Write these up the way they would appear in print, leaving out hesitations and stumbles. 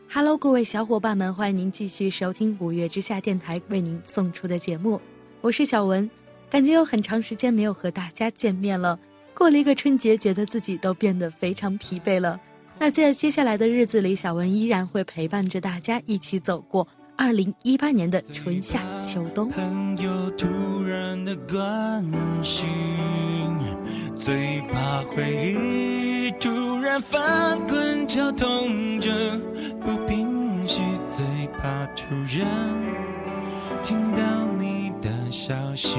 Hello， 各位小伙伴们，欢迎您继续收听五月之下电台为您送出的节目，我是小文。感觉有很长时间没有和大家见面了，过了一个春节，觉得自己都变得非常疲惫了。那在接下来的日子里，小文依然会陪伴着大家一起走过2018年的春夏秋冬。 朋友突然的关心，最怕回忆突然翻滚绞痛着不平息，最怕突然听到你的消息。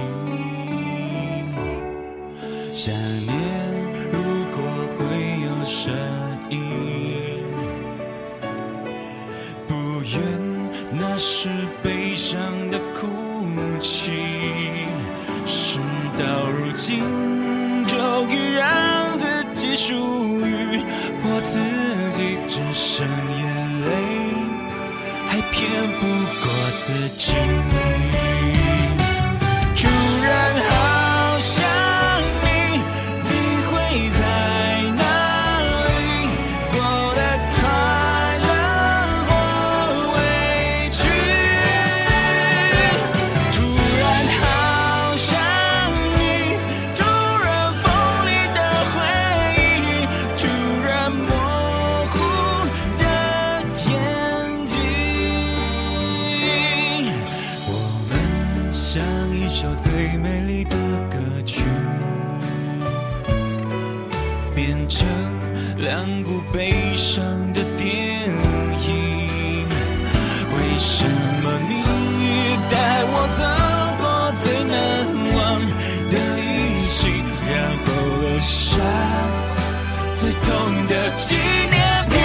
想念如果会有声音，不愿那是悲伤的哭泣，事到如今终于让自己属于我自己，只剩眼泪还骗不过自己。突然好想你，你会在哪里？过得快乐或委屈。突然好想你，突然锋利的回忆，突然模糊的眼睛。我们像一首最美丽的歌曲，变成两部悲伤的电影。为什么你带我走过最难忘的旅行，然后留下最痛的纪念品？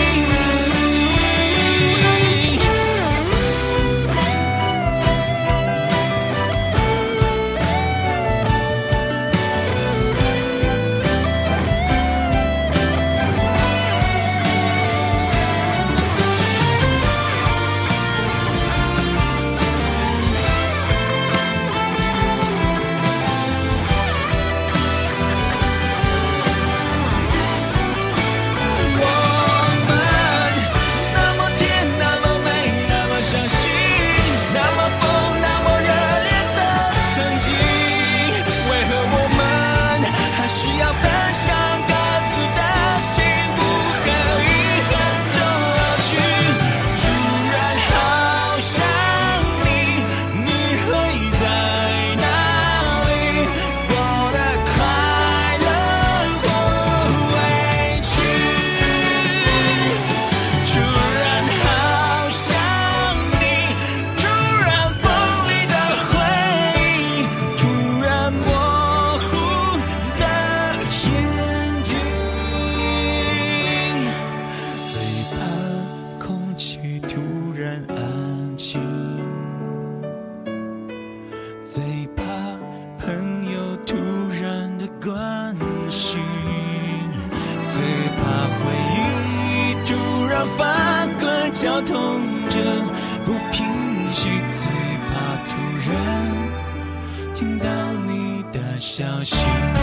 最怕朋友突然的关心，最怕回忆突然翻滚绞痛着不平息，最怕突然听到你的消息，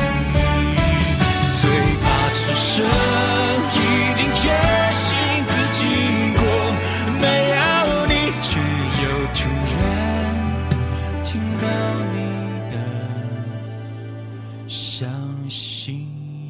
最怕此生已经决心自己过，没有你却又突然听到你的消息。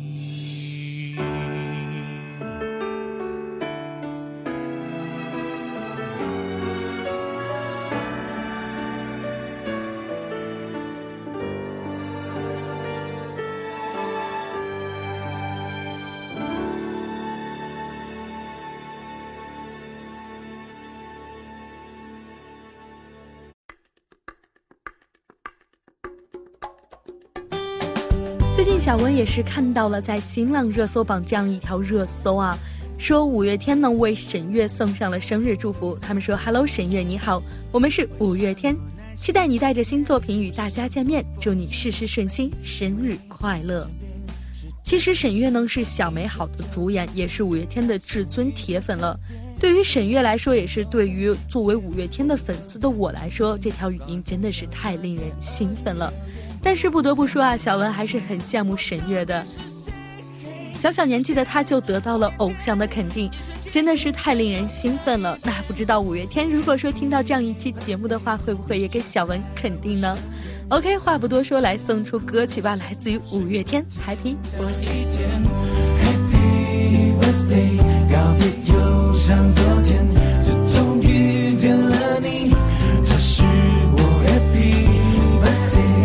最近小文也是看到了在新浪热搜榜这样一条热搜啊，说五月天呢为沈月送上了生日祝福。他们说 Hello 沈月你好，我们是五月天，期待你带着新作品与大家见面，祝你事事顺心，生日快乐。其实沈月呢是小美好的主演，也是五月天的至尊铁粉了。对于沈月来说，也是对于作为五月天的粉丝的我来说，这条语音真的是太令人兴奋了。但是不得不说啊，小文还是很羡慕沈月的。 小小年纪的他就得到了偶像的肯定，真的是太令人兴奋了。那不知道五月天如果说听到这样一期节目的话，会不会也给小文肯定呢？ OK， 话不多说，来送出歌曲吧，来自于五月天 Happy Birthday。Happy Birthday， 告别又像昨天，自从遇见了你，这是我 Happy Birthday。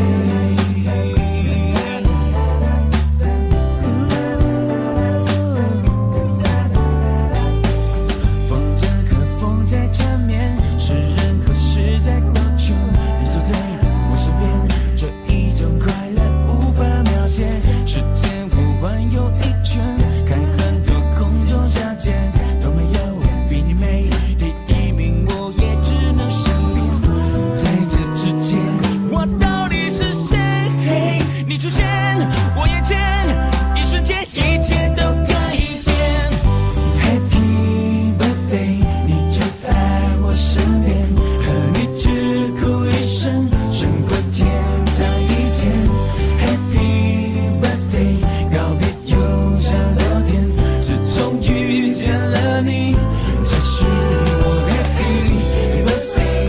时间不管有一圈，看很多空中小姐都没有比你美，第一名我也只能身边。在这之间，我到底是谁？你出现我眼前，一瞬间一切都改变。Happy Birthday， 你就在我身边，和你只哭一声，胜过天堂一天。Happy告别又像昨天，自从遇见了你，这是我 Happy Birthday。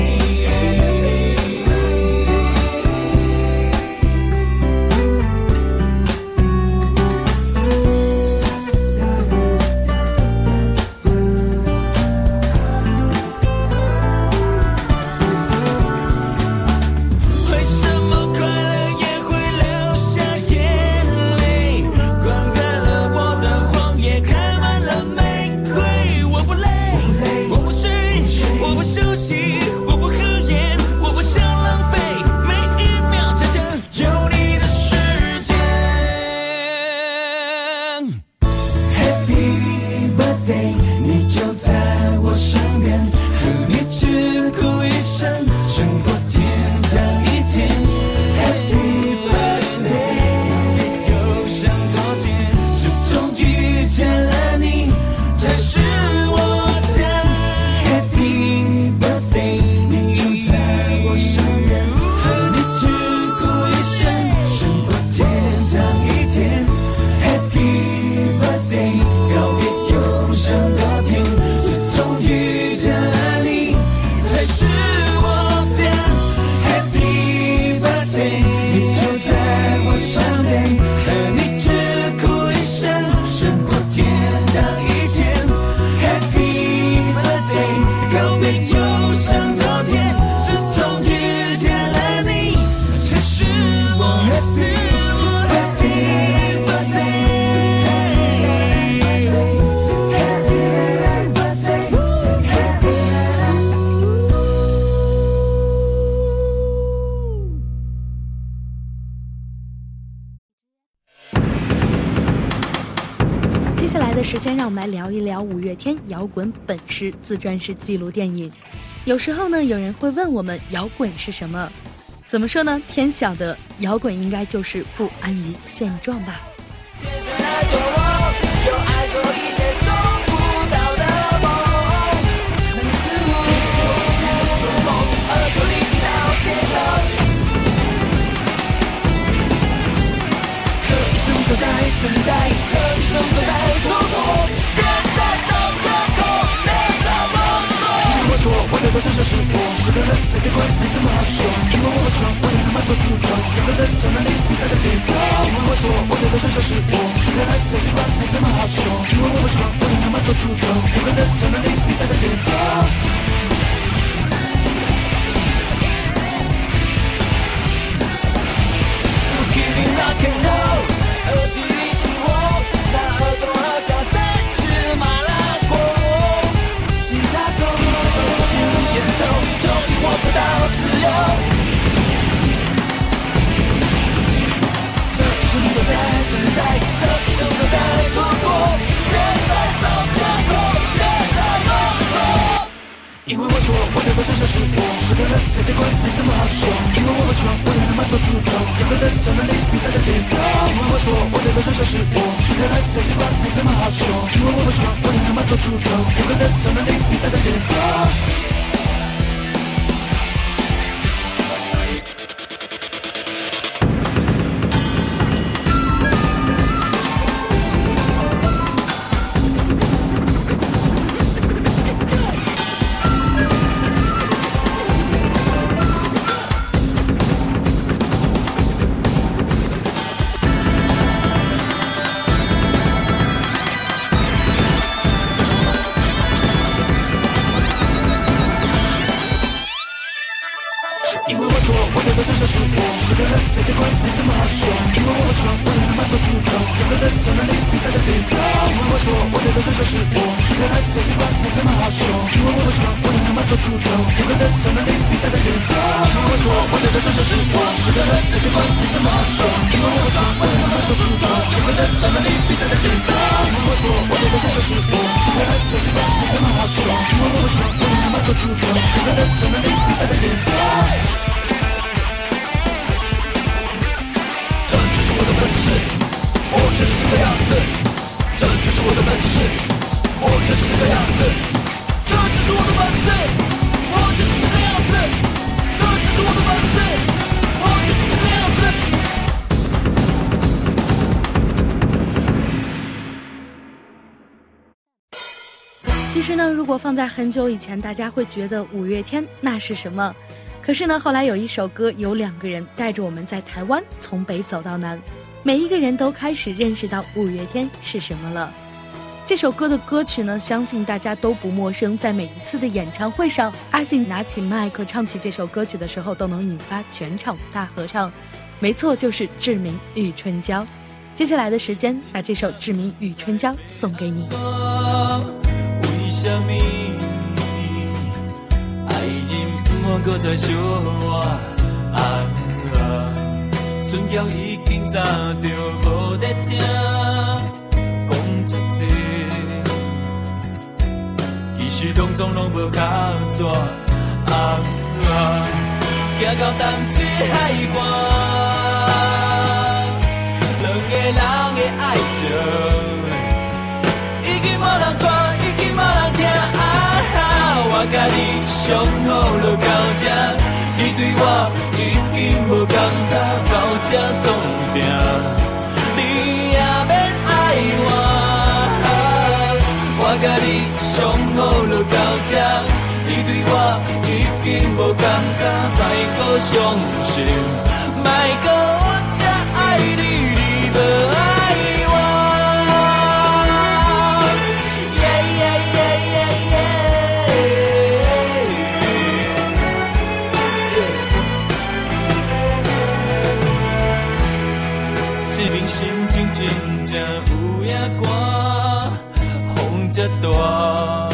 为什么快乐也会留下眼泪？灌溉了我的荒野，开满了玫瑰。我不累，我不睡，我不休息，我不合眼，我不想浪费每一秒真正有你的时间。Happy Birthday， 你就在我身边，和你只哭一声，胜过天堂一天。Happy Birthday， 又像昨天，自从遇见了你，这是我的 Happy Birthday。你就在我身边，和你只哭一声，胜过天堂一天。Happy Birthday， 告别又像昨天，自从遇见了你，才是我的 Happy Birthday。你就在我身边，和你只哭一声，胜过天堂一天。Happy Birthday， 告别又像昨天，自从遇见了你，才是我 Happy Birthday。 接下来的时间，让我们来聊一聊五月天摇滚本事自传式纪录电影。有时候呢，有人会问我们，摇滚是什么？怎么说呢？天晓得，摇滚应该就是不安于现状吧。 天生的对我，又爱做一些做不到的梦，每次我就是做梦，耳朵里听到节奏，这一生都在等待，这一生都在错过，别再走这口，别再啰嗦。因为我说我的多少就是我，输的人在这块没什么好说。因为我说我有那么多出口，有个人超能力比赛的节奏。因为我说我的多少就是我，输的人在这块没什么好说。因为我说我有那么多出口，有个人超能力比赛的节奏。So keep me rock and roll， 耳机里是我，那耳朵好像在吃麻辣锅。吉他手进入演奏，终于我得到自由。这一生都在等待，这一生都在错过，别再走这口，别再啰嗦。因为我说我的多少就是我，输的人在这块没什么好说。因为我说我有那么多出口，有个人超能力比赛的节奏。因为我说我的多少就是我，输的人在这块没什么好说。因为我说我有那么多出口，有个人超能力比赛的节奏。 10个人在结婚没什么好说，因为我说我有那么多主动，有个人超能力比赛的节奏，因为我说我的对手就是我。10个人在结婚没什么好说，因为我说我有那么多主动，有个人超能力比赛的节奏，因为我说我的对手就是我。10个人在结婚没什么好说，因为我说我有那么多主动，有个人超能力比赛的节奏，因为我说我的对手就是我。10个人在结婚没什么好说，因为我说我有那么多主动，有个人超能力比赛的节奏。这就是我的本事，我就是这个样子。这就是我的本事，我就是这个样子。这就是我的本事，我就是这个样子。这就是我的本事，我就是这个样子。其实呢，如果放在很久以前，大家会觉得五月天那是什么？可是呢，后来有一首歌，有2个人带着我们在台湾从北走到南，每一个人都开始认识到五月天是什么了。这首歌的歌曲呢，相信大家都不陌生，在每一次的演唱会上，阿信拿起麦克唱起这首歌曲的时候，都能引发全场大合唱。没错，就是《志明与春娇》。接下来的时间，把这首《志明与春娇》送给你。 为什么爱人不愿搁再相活？春娇已经早就无在听，讲遮多，其实拢总拢无靠纸。行到淡水海岸，两个人的爱情已经无人看，已经无人听。我甲你相好就到这，你对我已经无感觉，到这冻定，你也免爱我。我甲你相好就到这，你对我已经无感觉，莫搁伤心，莫搁我这爱你，你无爱我。志明心情真正有影寒，风这大，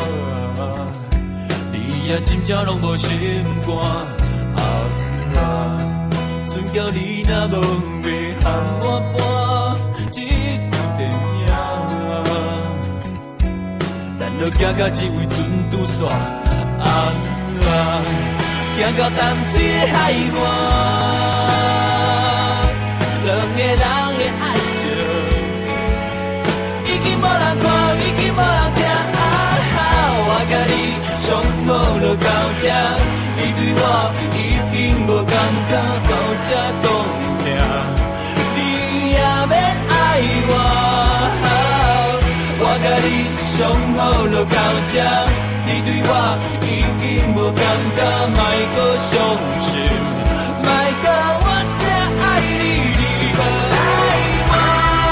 你也真正拢无心肝。春娇你若无要和我搬这场电影，咱就行到这位船拄煞。行到淡水海岸，两个人的爱情已经无人看，已经无人听。我甲你相好就到这，你对我已经无感觉，到这冻定，你也免爱我。我甲你相好就到这，你对我已经无感觉，莫搁伤心，莫搁我这爱你，你无爱我。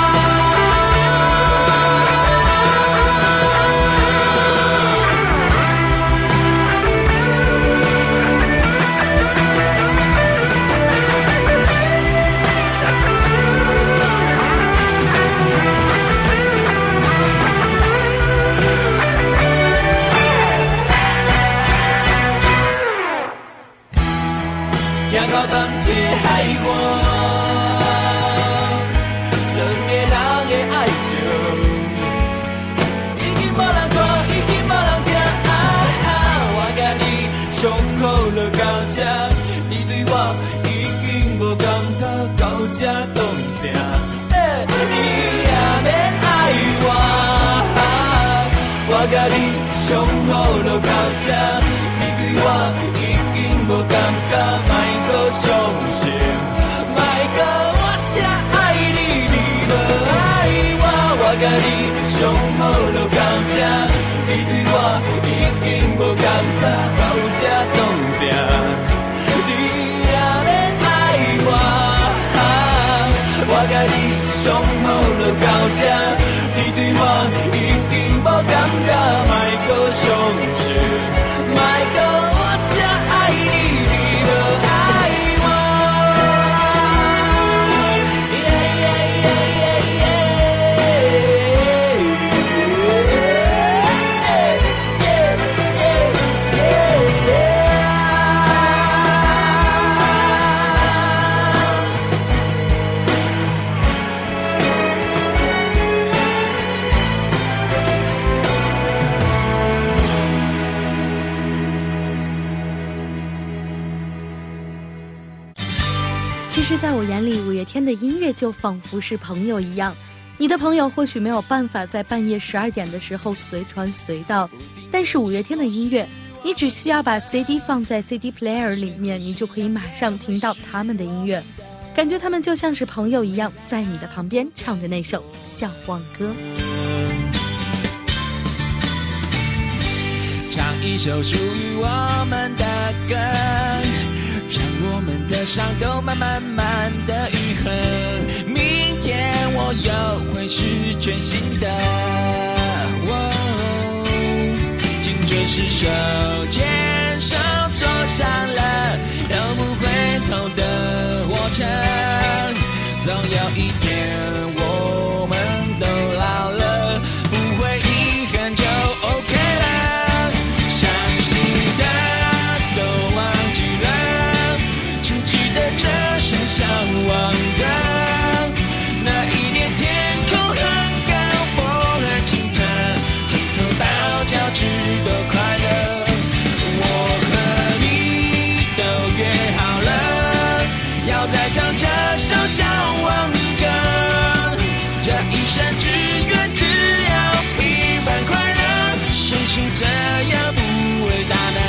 行到淡水海岸，两个人的爱情已经无人看，已经无人听。我甲你相好就到这，你对我已经无感觉，到这冻定，你也免爱我。我甲你相好就到这，你对我已经无感觉，莫搁伤心，莫搁我这爱你，你无爱我。我甲你相好就到这，你对我已经无感觉，到这冻定，你也免爱我。我甲你相好就到这，你对我已经无感觉，莫搁伤心，莫搁我这爱你，你无爱我。 实在我眼里，五月天的音乐就仿佛是朋友一样，你的朋友或许没有办法在半夜12点的时候随传随到，但是五月天的音乐，你只需要把 CD 放在 CD player 里面，你就可以马上听到他们的音乐，感觉他们就像是朋友一样，在你的旁边唱着那首笑忘歌。 唱一首属于我们的歌，让我们的伤都慢慢的愈合，明天我又会是全新的。青春是手牵手走上了永不回头的火车，总有一天我们都老了，不会遗憾就 OK 了。伤心的都忘记了，只记得这首笑忘歌。那一年天空很高，风很清澈，从头到脚趾都快乐。我和你都约好了，要再唱这首笑忘歌。这一生只愿只要平凡快乐，谁说这样不伟大呢？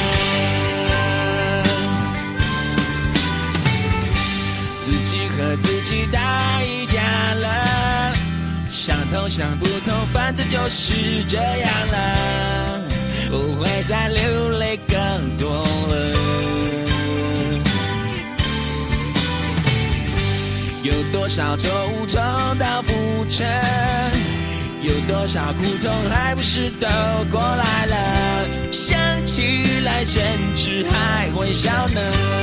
自己和自己打一架了，想通想不通，反正就是这样了，不会再流泪更多了。有多少错误重蹈覆辙，有多少苦痛还不是都过来了，想起来甚至还会笑呢。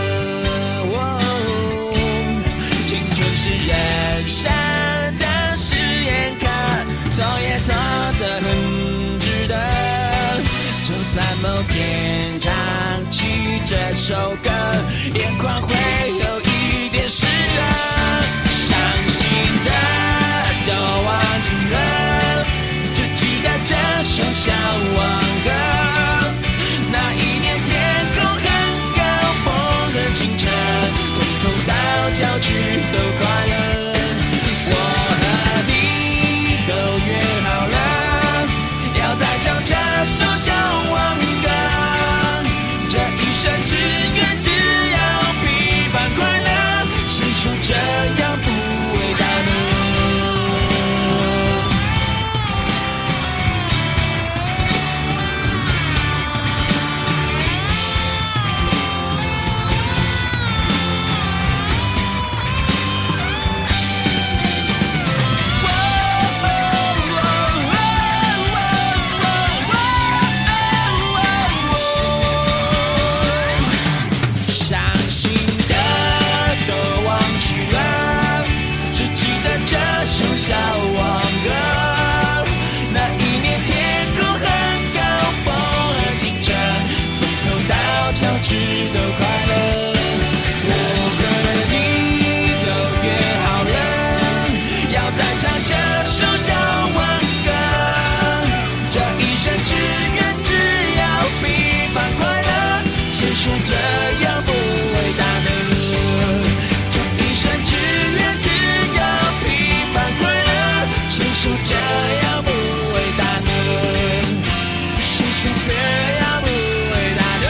青春是人生的实验课，错也错得很值得，就算某天唱起这首歌，眼眶会有一点湿热。伤心的都忘记了，只记得这首笑忘歌。那一年天空很高，风很清澈，从头到脚趾都快乐。我和你都约好了，要再唱这首笑忘歌。这一生只愿只要平凡快乐，谁说这样不伟大呢？伤心的都忘记了，只记得这首笑忘歌。那一年天空很高，风很清澈，从头到脚趾都快乐。我和你都约好了，要再唱这首笑忘歌。这一生只愿只要平凡快乐，谁说这样不伟大呢？这一生只愿只要平凡快乐，谁说这样不伟大呢？谁说这样不伟大呢？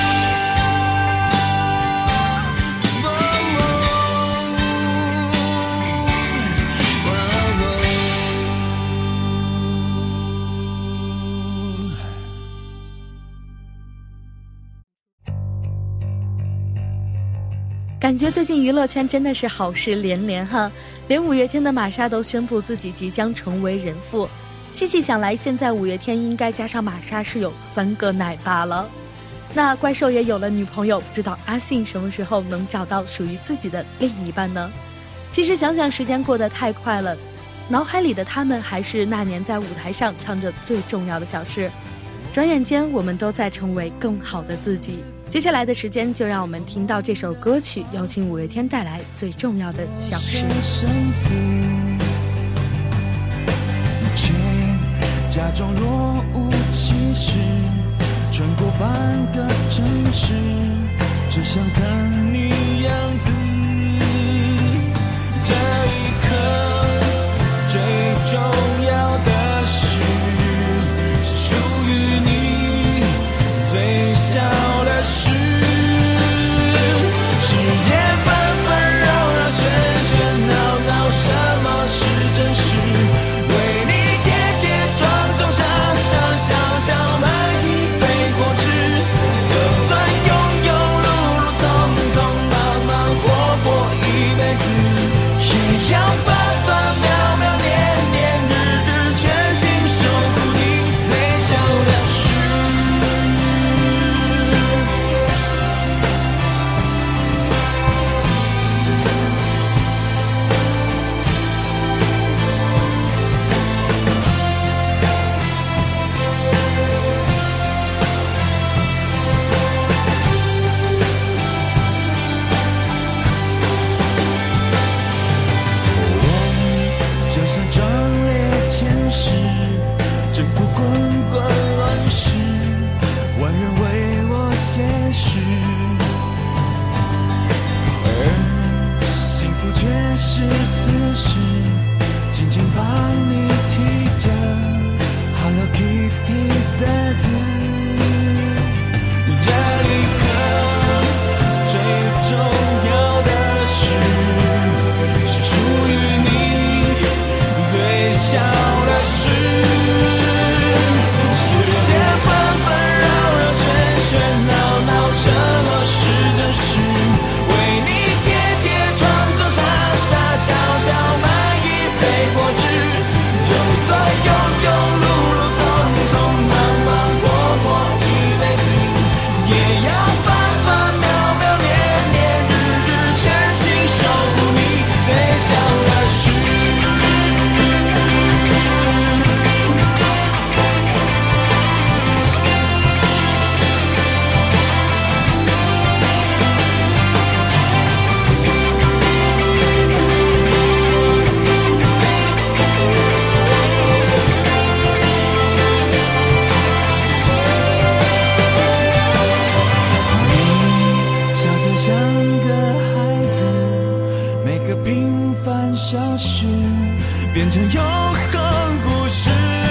感觉最近娱乐圈真的是好事连连哈，连五月天的玛莎都宣布自己即将成为人父。细细想来，现在五月天应该加上玛莎是有3个奶爸了。那怪兽也有了女朋友，不知道阿信什么时候能找到属于自己的另一半呢？其实想想时间过得太快了，脑海里的他们还是那年在舞台上唱着最重要的小事，转眼间我们都在成为更好的自己。接下来的时间就让我们听到这首歌曲，有请五月天带来最重要的小事。 生死却假装若无其事，穿过半个城市，只想看你样子。 事，万人为我写诗，而幸福却是此时紧紧帮你提着 Hello Kitty 的字。这一刻最重要的事，是属于你最小的事。世界纷纷扰扰，喧喧闹闹，什么是真实？为你跌跌撞撞，傻傻笑笑，买一杯果汁。就算庸庸碌碌，匆匆忙忙，过过一辈子，也要分分秒秒，年年日日，全心守护你最小的事。像个孩子，每个平凡小事变成永恒故事。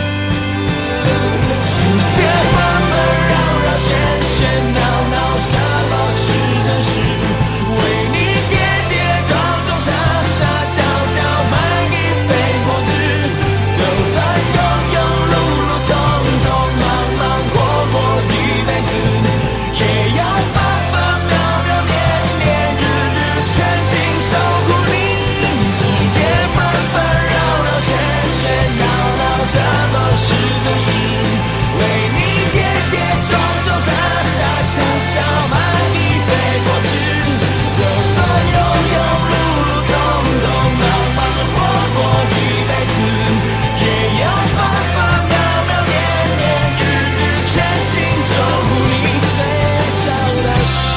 世界纷纷扰扰，喧喧闹闹，什么是真实？为你跌跌撞撞，傻傻笑笑，买一杯果汁。就算庸庸碌碌，匆匆忙忙，过过一辈子，也要分分秒秒，年年日日，全心守护你。世界纷纷扰扰，喧喧闹闹，什么是真实？为你跌跌撞撞，傻傻笑笑，买一杯果汁。就算庸庸碌碌，匆匆忙忙，活过一辈子，也要分分秒秒，年年日日，全心守护你最小的事。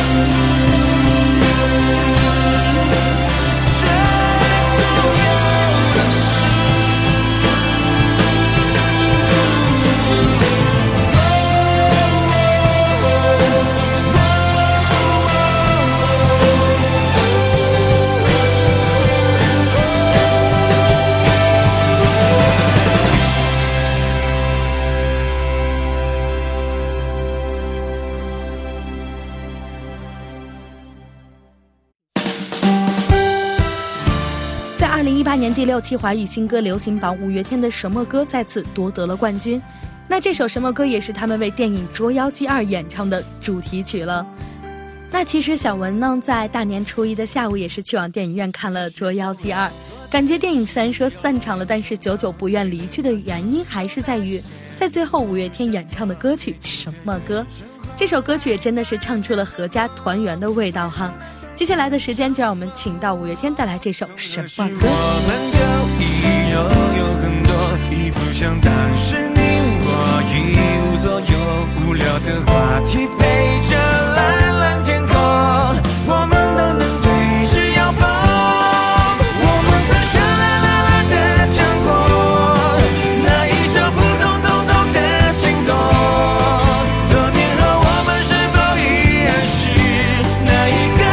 最重要的事。 在2018年第6期华语新歌流行榜，五月天的《什么歌》再次夺得了冠军。那这首什么歌也是他们为电影《捉妖记2》演唱的主题曲了。那其实小文呢，在大年初一的下午也是去往电影院看了《捉妖记2》，感觉电影虽然说散场了，但是久久不愿离去的原因还是在于在最后五月天演唱的歌曲《什么歌》。这首歌曲也真的是唱出了阖家团圆的味道哈。接下来的时间就让我们请到五月天带来这首《什么歌》。 我们有意有很多，已不像当时你我一无所有，无聊的话题陪着蓝蓝天空，我们都能对视遥风，我们曾深蓝蓝蓝的讲过，那一首普通通通的心动，多年后我们是否依然是那一个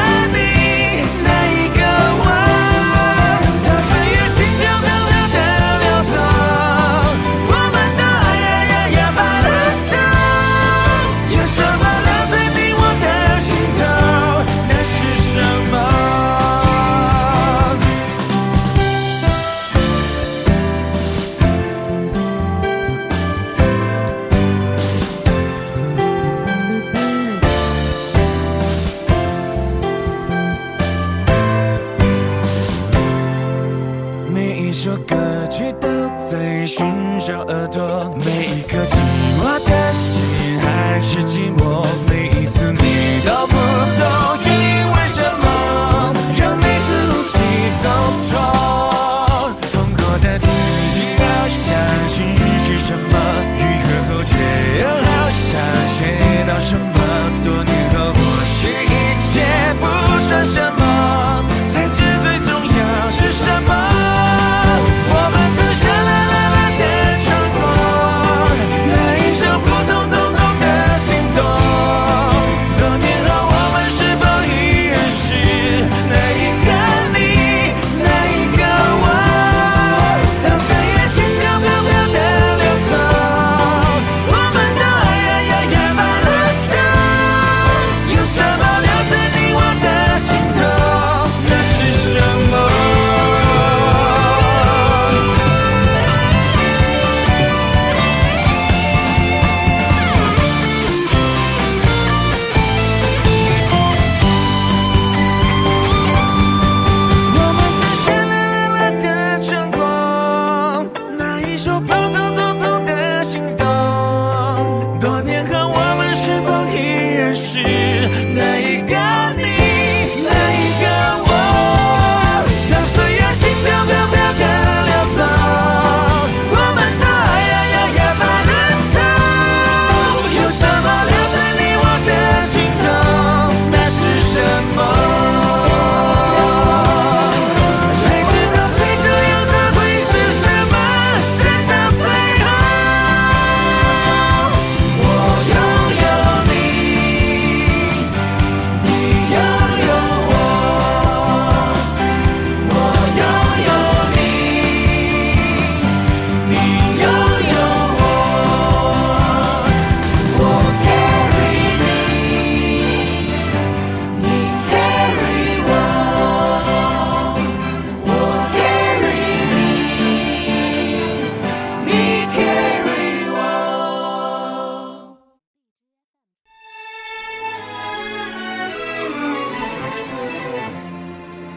我们曾深蓝蓝蓝的长风，那一首普通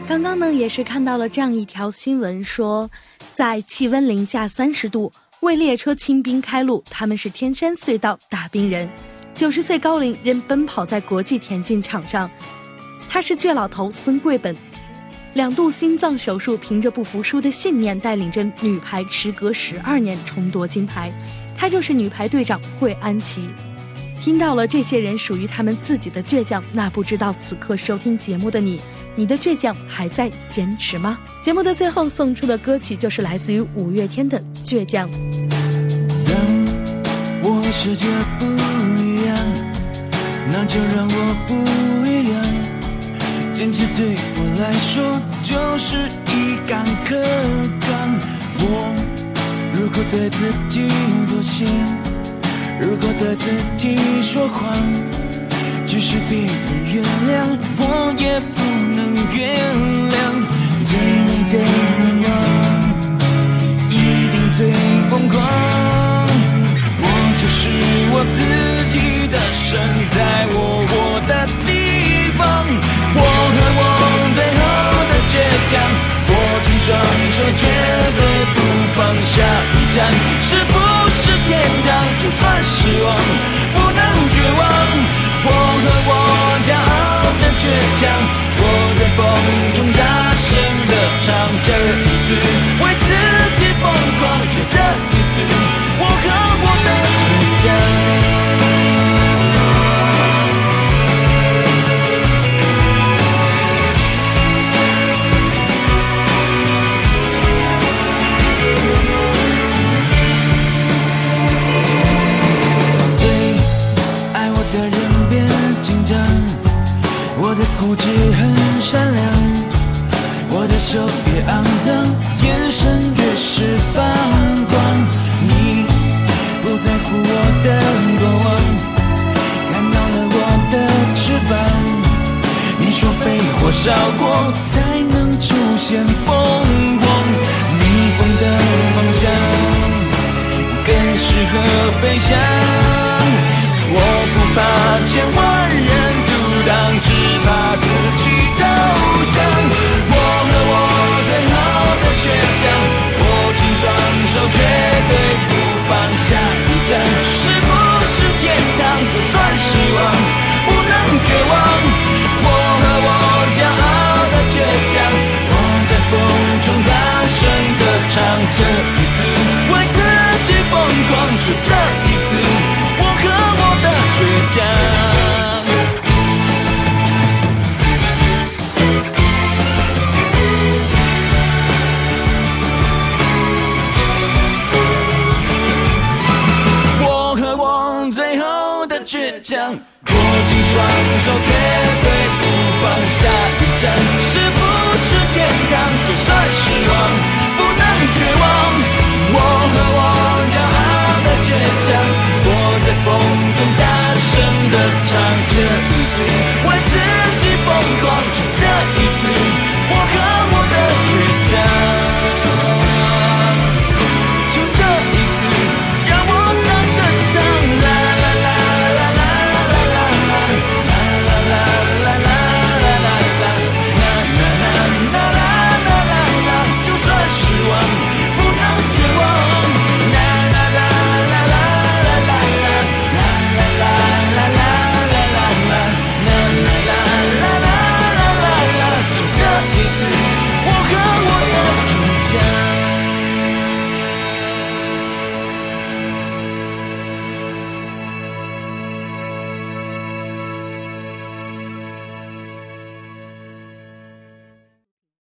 刚刚呢，也是看到了这样一条新闻说，在气温零下30度为列车清冰开路，他们是天山隧道大冰人，90岁高龄仍奔跑在国际田径场上。他是倔老头孙贵本，2度心脏手术，凭着不服输的信念带领着女排时隔12年重夺金牌。他就是女排队长惠安琪。听到了这些人属于他们自己的倔强，那不知道此刻收听节目的你的倔强还在坚持吗？节目的最后送出的歌曲就是来自于5月天的倔强。 当我世界不一样，那就让我不一样，坚持对我来说就是一杆克刚。我如果对自己妥协，如果对自己说谎，即使别人原谅，我也不能原谅。最美的愿望一定最疯狂，我就是我自己的神，在我的地方。我和我最后的倔强，握紧双手绝对不放下。一站是不是天堂？就算失望不能绝望。我和我骄傲的倔强，我在风中大声地唱。这一次为自己疯狂，就这一次我和我的倔强。固执很善良，我的手越肮脏，眼神越是放光。你不在乎我的过往，看到了我的翅膀。你说被火烧过才能出现凤凰，逆风的方向更适合飞翔。我不怕千万人阻挡，只怕自己投降。我和我最后的倔强，握紧双手绝对不放下。一站是不是天堂？就算失望不能绝望。我和我骄傲的倔强，我在风中大声地唱。这一次为自己疯狂，就这一次我和我的倔强。倔强，握紧双手绝对不放下。一站是不是天堂？就算失望不能绝望。我和我骄傲的倔强，我